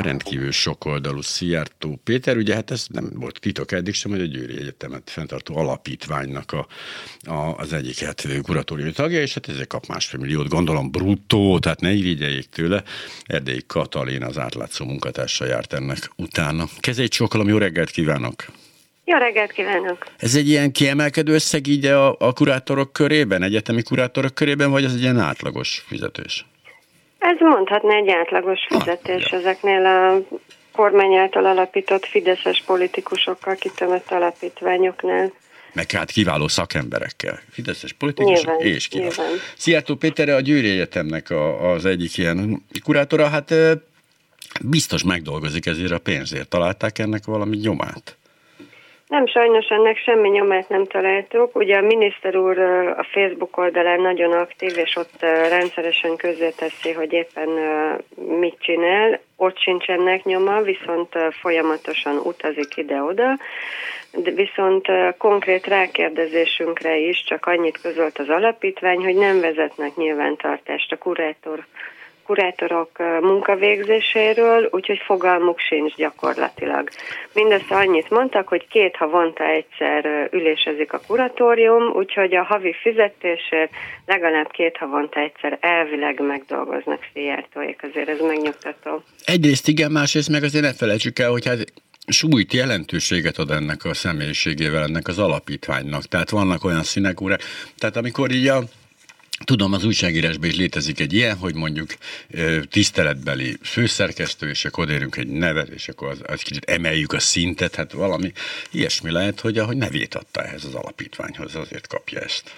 rendkívül sokoldalú Szijjártó Péter. Ugye hát ez nem volt titok eddig sem, hogy a Győri Egyetemet fenntartó alapítványnak az egyik kuratóriumi tagja, és hát ezért kap 1,5 milliót, gondolom bruttó, tehát ne irigyeljék tőle. Erdélyi Katalin, az átlátszó munkatársa járt ennek utána. Kezét csókolom, jó reggelt kívánok! Jó reggelt kívánok! Ez egy ilyen kiemelkedő összeg így a kurátorok körében, egyetemi kurátorok körében, vagy ez egy ilyen átlagos fizetés? Ez mondhatna egy átlagos fizetés ezeknél a kormány által alapított fideszes politikusokkal kitömött alapítványoknál. Meg hát kiváló szakemberekkel. Fideszes politikusok nyilván, és kiváló. Szijjártó Péter a Győri Egyetemnek az egyik ilyen kurátora, hát biztos megdolgozik ezért a pénzért. Találták ennek valami nyomát? Nem, sajnos ennek semmi nyomát nem találtuk. Ugye a miniszter úr a Facebook oldalán nagyon aktív, és ott rendszeresen közzéteszi, hogy éppen mit csinál. Ott sincs ennek nyoma, viszont folyamatosan utazik ide-oda. De viszont konkrét rákérdezésünkre is csak annyit közölt az alapítvány, hogy nem vezetnek nyilvántartást a kurátorok munkavégzéséről, úgyhogy fogalmuk sincs gyakorlatilag. Mindössze annyit mondtak, hogy 2 havonta egyszer ülésezik a kuratórium, úgyhogy a havi fizetésért legalább 2 havonta egyszer elvileg megdolgoznak Szijjártóék, azért ez megnyugtató. Egyrészt igen, másrészt meg azért ne felejtsük el, hogy hát súlyt, jelentőséget ad ennek a személyiségével, ennek az alapítványnak. Tehát vannak olyan színek, tehát amikor így tudom, az újságírásban is létezik egy ilyen, hogy mondjuk tiszteletbeli főszerkesztő, és akkor odérünk egy nevet, és akkor az kicsit emeljük a szintet, hát valami ilyesmi lehet, hogy ahogy nevét adta ehhez az alapítványhoz, azért kapja ezt.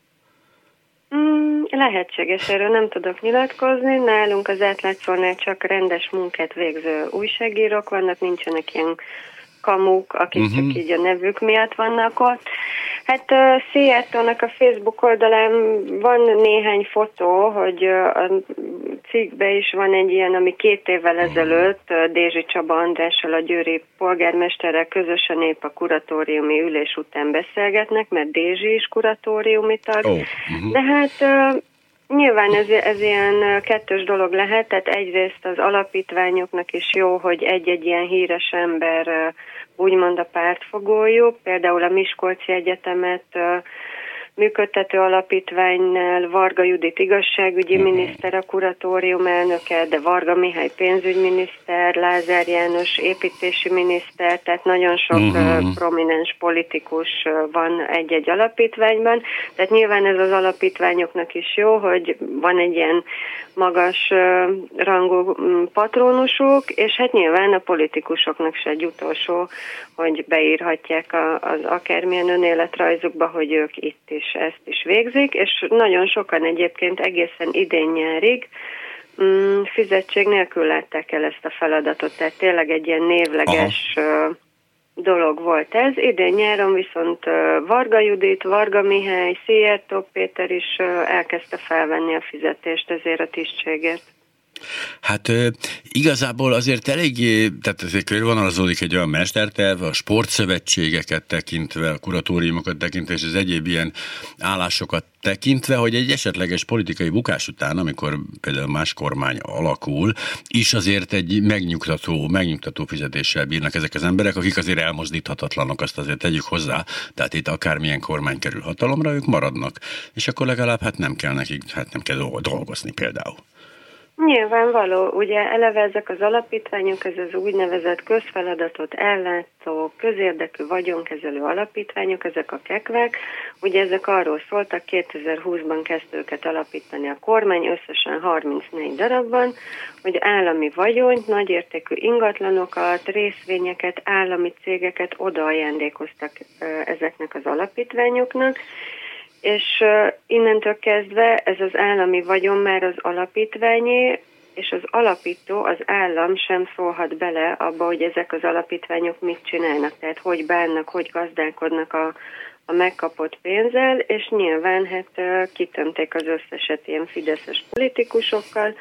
Lehetséges, erről nem tudok nyilatkozni. Nálunk az átlátszónál csak rendes munkát végző újságírók vannak, nincsenek ilyen kamuk, akik csak így a nevük miatt vannak ott. Hát Szijjártónak a Facebook oldalán van néhány fotó, hogy a cikkben is van egy ilyen, ami 2 évvel ezelőtt Dézsi Csaba Andrással, a győri polgármesterrel közösen épp a kuratóriumi ülés után beszélgetnek, mert Dézsi is kuratóriumi tag. De hát nyilván ez ilyen kettős dolog lehet, tehát egyrészt az alapítványoknak is jó, hogy egy-egy ilyen híres ember úgymond a pártfogójuk, például a Miskolci Egyetemet működtető alapítványnál Varga Judit igazságügyi miniszter, a kuratórium elnöke, de Varga Mihály pénzügyminiszter, Lázár János építési miniszter, tehát nagyon sok prominens politikus van egy-egy alapítványban, tehát nyilván ez az alapítványoknak is jó, hogy van egy ilyen magas rangú patrónusuk, és hát nyilván a politikusoknak se egy utolsó, hogy beírhatják az akármilyen önéletrajzukba, hogy ők itt is ezt is végzik, és nagyon sokan egyébként egészen idén nyárig fizetség nélkül látták el ezt a feladatot, tehát tényleg egy ilyen névleges dolog volt ez. Idén nyáron viszont Varga Judit, Varga Mihály, Szijjártó Péter is elkezdte felvenni a fizetést ezért a tisztségért. Hát igazából azért eléggé, tehát azért körvonalazódik egy olyan mesterterv, a sportszövetségeket tekintve, a kuratóriumokat tekintve, és az egyéb ilyen állásokat tekintve, hogy egy esetleges politikai bukás után, amikor például más kormány alakul, is azért egy megnyugtató fizetéssel bírnak ezek az emberek, akik azért elmozdíthatatlanok, azt azért tegyük hozzá, tehát itt akármilyen kormány kerül hatalomra, ők maradnak, és akkor legalább nem kell nekik, nem kell dolgozni például. Nyilvánvaló, ugye eleve ezek az alapítványok, ez az úgynevezett közfeladatot ellátó, közérdekű vagyonkezelő alapítványok, ezek a kekvek, ugye ezek arról szóltak, 2020-ban kezdte őket alapítani a kormány, összesen 34 darabban, hogy állami vagyont, nagyértékű ingatlanokat, részvényeket, állami cégeket odaajándékoztak ezeknek az alapítványoknak, és innentől kezdve ez az állami vagyon már az alapítványé, és az alapító, az állam sem szólhat bele abba, hogy ezek az alapítványok mit csinálnak, tehát hogy bánnak, hogy gazdálkodnak a megkapott pénzzel, és nyilván kitömték az összeset ilyen fideszes politikusokkal,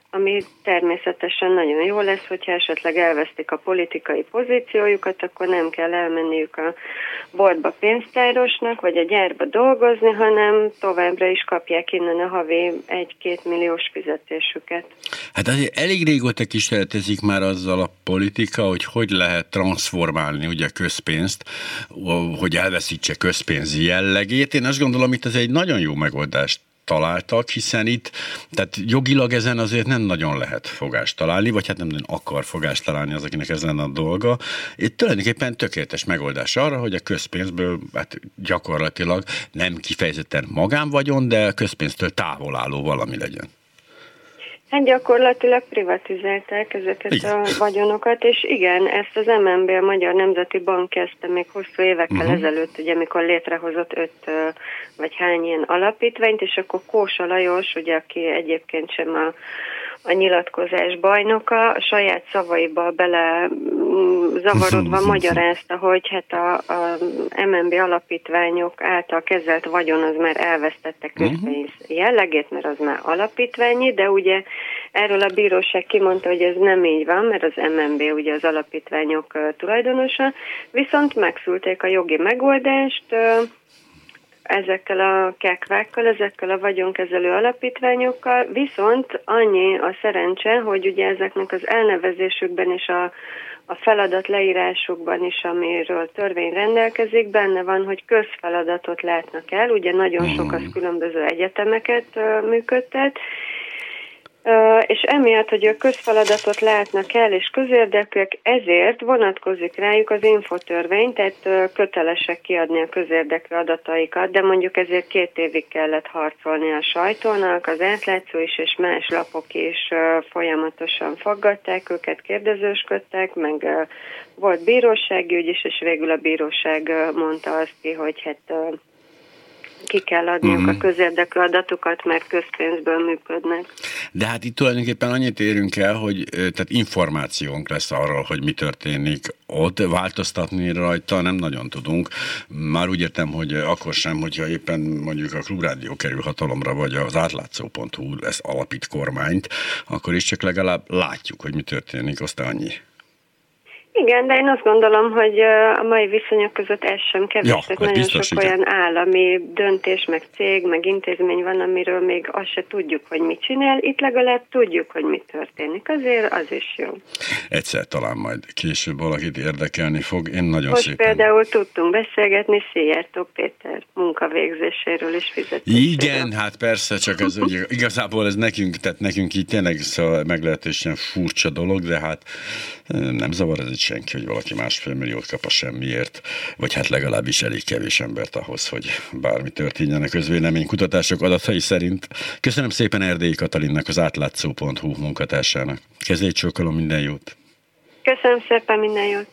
ami természetesen nagyon jó lesz, hogyha esetleg elvesztik a politikai pozíciójukat, akkor nem kell elmenniük a boltba pénztárosnak, vagy a gyárba dolgozni, hanem továbbra is kapják innen a havi 1-2 milliós fizetésüket. Hát azért elég régóta kísérletezik már azzal a politika, hogy lehet transformálni ugye közpénzt, hogy elveszítse közpénzi jellegét. Én azt gondolom, itt ez egy nagyon jó megoldást találtak, hiszen itt, tehát jogilag ezen azért nem nagyon lehet fogást találni, vagy hát nem nagyon akar fogást találni az, akinek ez lenne a dolga. Itt tulajdonképpen tökéletes megoldás arra, hogy a közpénzből hát gyakorlatilag nem kifejezetten magánvagyon, de a közpénztől távol álló valami legyen. Hát gyakorlatilag privatizálták ezeket a vagyonokat, és igen, ezt az MNB, a Magyar Nemzeti Bank kezdte még hosszú évekkel ezelőtt, ugye, amikor létrehozott 5 vagy hány ilyen alapítványt, és akkor Kósa Lajos, ugye, aki egyébként sem a nyilatkozás bajnoka, a saját szavaiba bele zavarodva magyarázta, hogy hát a MNB alapítványok által kezelt vagyon az már elvesztette közpénz jellegét, mert az már alapítványi, de ugye erről a bíróság kimondta, hogy ez nem így van, mert az MNB ugye az alapítványok tulajdonosa, viszont megszülték a jogi megoldást, ezekkel a kekvákkal, ezekkel a vagyonkezelő alapítványokkal, viszont annyi a szerencse, hogy ugye ezeknek az elnevezésükben és a feladat leírásukban is, amiről törvény rendelkezik, benne van, hogy közfeladatot látnak el, ugye nagyon sok az különböző egyetemeket működtet, és emiatt, hogy a közfeladatot látnak el, és közérdekűek, ezért vonatkozik rájuk az infotörvény, tehát kötelesek kiadni a közérdekű adataikat, de mondjuk ezért 2 évig kellett harcolni a sajtónak, az Átlátszó is, és más lapok is folyamatosan faggatták őket, kérdezősködtek, meg volt bírósági ügy is, és végül a bíróság mondta azt ki, hogy hát ki kell adniuk a közérdekű adatokat, mert közpénzből működnek. De hát itt tulajdonképpen annyit érünk el, hogy tehát információnk lesz arról, hogy mi történik ott, változtatni rajta nem nagyon tudunk. Már úgy értem, hogy akkor sem, hogyha éppen mondjuk a Klubrádió kerül hatalomra, vagy az átlátszó.hu lesz alapít kormányt, akkor is csak legalább látjuk, hogy mi történik, aztán annyi. Igen, de én azt gondolom, hogy a mai viszonyok között ez sem kevés. Tehát nagyon sok olyan állami döntés, meg cég, meg intézmény van, amiről még azt se tudjuk, hogy mit csinál. Itt legalább tudjuk, hogy mi történik. Azért az is jó. Egyszer talán majd később valakit érdekelni fog. Én nagyon most szépen... például tudtunk beszélgetni Szijjártó Péter munkavégzéséről és fizetéséről. Igen, hát persze, csak ez ugye, igazából ez nekünk így tényleg szóval meglehetősen furcsa dolog, de hát nem zavar ez senki, hogy valaki 1,5 milliót kap a semmiért, vagy hát legalábbis elég kevés embert ahhoz, hogy bármi történjen a közvéleménykutatások adatai szerint. Köszönöm szépen Erdélyi Katalinnak, az átlátszó.hu munkatársának. Kezét csókolom, minden jót! Köszönöm szépen, minden jót!